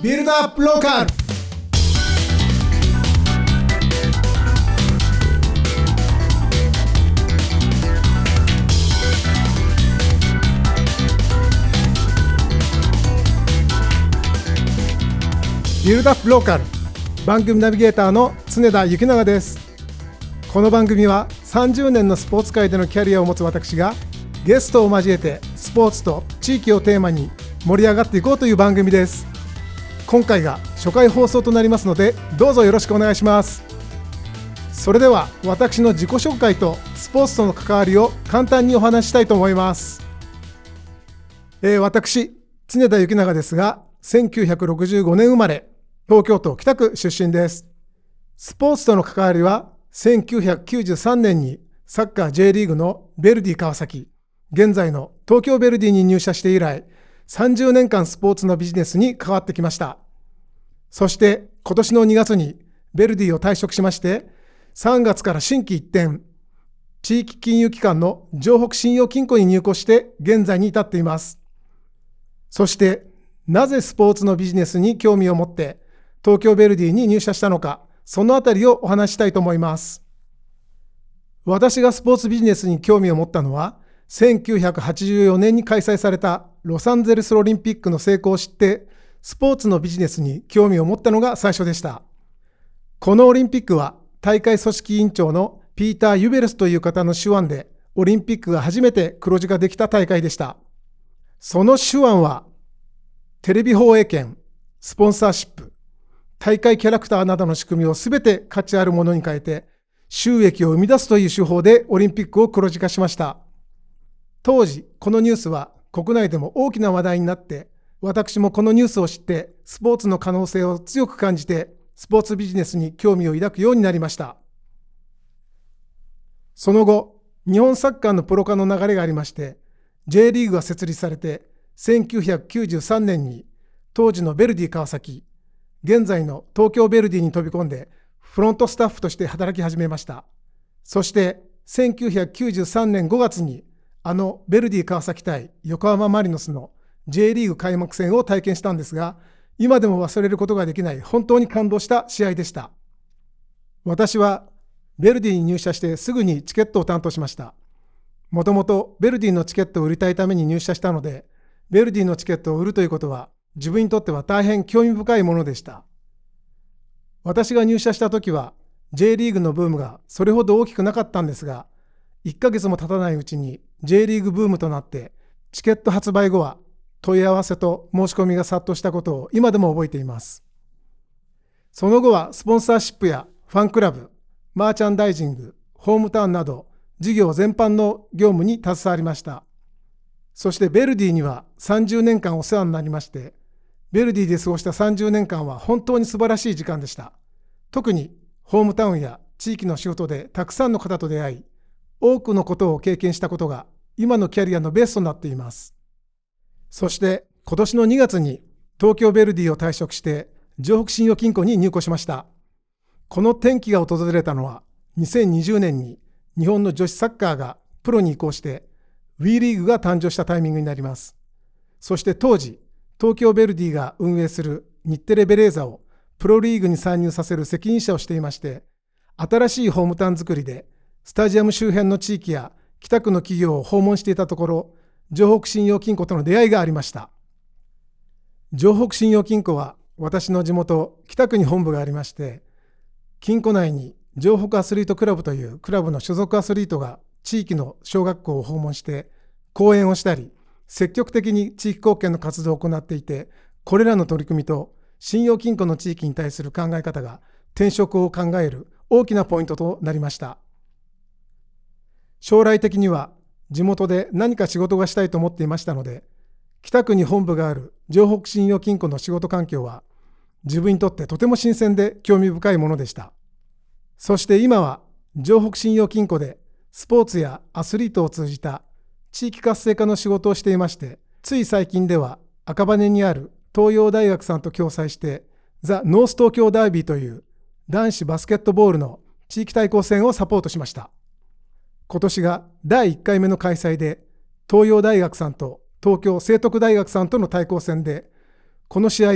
ビルドアップローカル。ビルドアップローカル、番組ナビゲーターの常田幸永です。この番組は30年のスポーツ界でのキャリアを持つ私がゲストを交えてスポーツと地域をテーマに盛り上がっていこうという番組です。今回が初回放送となりますので、どうぞよろしくお願いします。それでは私の自己紹介とスポーツとの関わりを簡単にお話ししたいと思います。私常田幸永ですが、1965年生まれ、東京都北区出身です。スポーツとの関わりは1993年にサッカー J リーグのヴェルディ川崎、現在の東京ヴェルディに入社して以来、30年間スポーツのビジネスに関わってきました。そして今年の2月にヴェルディを退職しまして、3月から心機一転、地域金融機関の城北信用金庫に入庫して現在に至っています。そしてなぜスポーツのビジネスに興味を持って東京ヴェルディに入社したのか、そのあたりをお話ししたいと思います。私がスポーツビジネスに興味を持ったのは、1984年に開催されたロサンゼルスオリンピックの成功を知って、スポーツのビジネスに興味を持ったのが最初でした。このオリンピックは大会組織委員長のピーター・ユベルスという方の手腕で、オリンピックが初めて黒字ができた大会でした。その手腕は、テレビ放映権、スポンサーシップ、大会キャラクターなどの仕組みをすべて価値あるものに変えて、収益を生み出すという手法でオリンピックを黒字化しました。当時、このニュースは国内でも大きな話題になって、私もこのニュースを知って、スポーツの可能性を強く感じて、スポーツビジネスに興味を抱くようになりました。その後、日本サッカーのプロ化の流れがありまして、J リーグが設立されて、1993年に当時のヴェルディ川崎、現在の東京ヴェルディに飛び込んで、フロントスタッフとして働き始めました。そして1993年5月にあのヴェルディ川崎対横浜マリノスの J リーグ開幕戦を体験したんですが、今でも忘れることができない本当に感動した試合でした。私はヴェルディに入社してすぐにチケットを担当しました。もともとヴェルディのチケットを売りたいために入社したので、ヴェルディのチケットを売るということは自分にとっては大変興味深いものでした。私が入社した時は J リーグのブームがそれほど大きくなかったんですが、1ヶ月も経たないうちに J リーグブームとなって、チケット発売後は問い合わせと申し込みが殺到したことを今でも覚えています。その後はスポンサーシップやファンクラブ、マーチャンダイジング、ホームタウンなど事業全般の業務に携わりました。そしてヴェルディには30年間お世話になりまして、ヴェルディで過ごした30年間は本当に素晴らしい時間でした。特にホームタウンや地域の仕事でたくさんの方と出会い、多くのことを経験したことが今のキャリアのベースとなっています。そして今年の2月に東京ヴェルディを退職して城北信用金庫に入庫しました。この転機が訪れたのは2020年に日本の女子サッカーがプロに移行してWEリーグが誕生したタイミングになります。そして当時、東京ヴェルディが運営する日テレベレーザをプロリーグに参入させる責任者をしていまして、新しいホームタウン作りでスタジアム周辺の地域や北区の企業を訪問していたところ、城北信用金庫との出会いがありました。城北信用金庫は私の地元北区に本部がありまして、金庫内に城北アスリートクラブというクラブの所属アスリートが地域の小学校を訪問して講演をしたり、積極的に地域貢献の活動を行っていて、これらの取り組みと信用金庫の地域に対する考え方が転職を考える大きなポイントとなりました。将来的には地元で何か仕事がしたいと思っていましたので、北区に本部がある城北信用金庫の仕事環境は自分にとってとても新鮮で興味深いものでした。そして今は城北信用金庫でスポーツやアスリートを通じた地域活性化の仕事をしていまして、つい最近では赤羽にある東洋大学さんと共催してザ・ノース東京ダービーという男子バスケットボールの地域対抗戦をサポートしました。今年が第1回目の開催で、東洋大学さんと東京聖徳大学さんとの対抗戦で、この試合を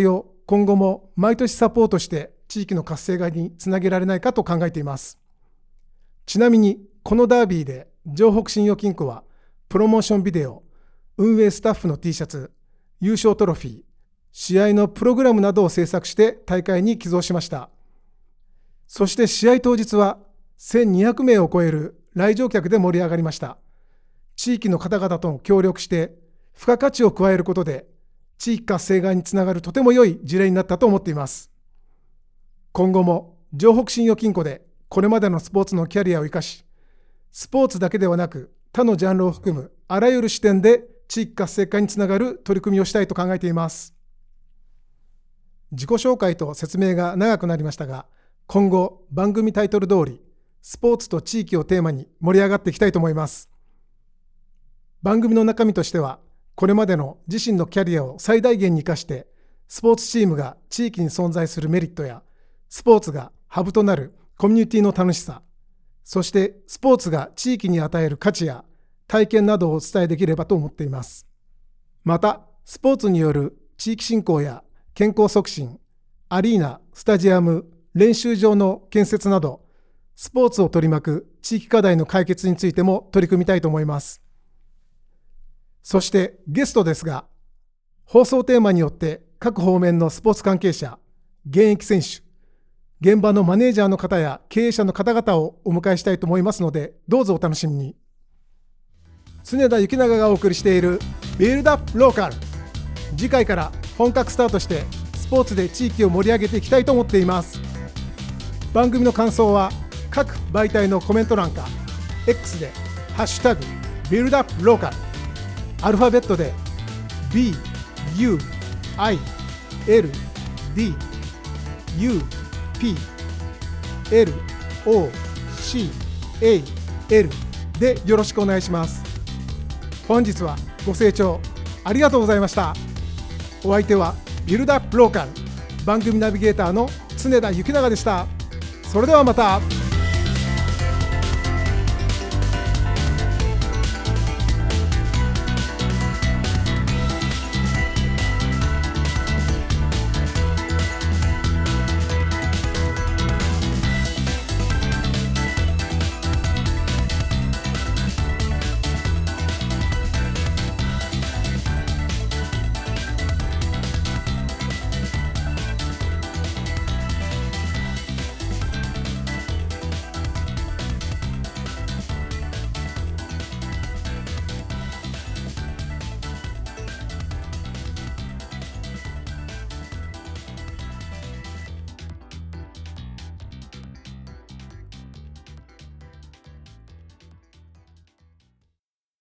今後も毎年サポートして地域の活性化につなげられないかと考えています。ちなみにこのダービーで城北信用金庫はプロモーションビデオ、運営スタッフの T シャツ、優勝トロフィー、試合のプログラムなどを制作して大会に寄贈しました。そして試合当日は1200名を超える来場客で盛り上がりました。地域の方々と協力して付加価値を加えることで地域活性化につながるとても良い事例になったと思っています。今後も城北信用金庫でこれまでのスポーツのキャリアを生かし、スポーツだけではなく他のジャンルを含むあらゆる視点で地域活性化につながる取り組みをしたいと考えています。自己紹介と説明が長くなりましたが、今後番組タイトル通りスポーツと地域をテーマに盛り上がっていきたいと思います。番組の中身としては、これまでの自身のキャリアを最大限に生かしてスポーツチームが地域に存在するメリットや、スポーツがハブとなるコミュニティの楽しさ、そしてスポーツが地域に与える価値や体験などをお伝えできればと思っています。また、スポーツによる地域振興や健康促進、アリーナ、スタジアム、練習場の建設など、スポーツを取り巻く地域課題の解決についても取り組みたいと思います。そしてゲストですが、放送テーマによって各方面のスポーツ関係者、現役選手、現場のマネージャーの方や経営者の方々をお迎えしたいと思いますので、どうぞお楽しみに。常田幸永がお送りしているビルドアップローカル。次回から本格スタートしてスポーツで地域を盛り上げていきたいと思っています。番組の感想は各媒体のコメント欄か X でハッシュタグビルドアップローカル、アルファベットで BULDUPLOCAL でよろしくお願いします。本日はご清聴ありがとうございました。お相手はビルドアップローカル番組ナビゲーターの常田幸永でした。それではまた。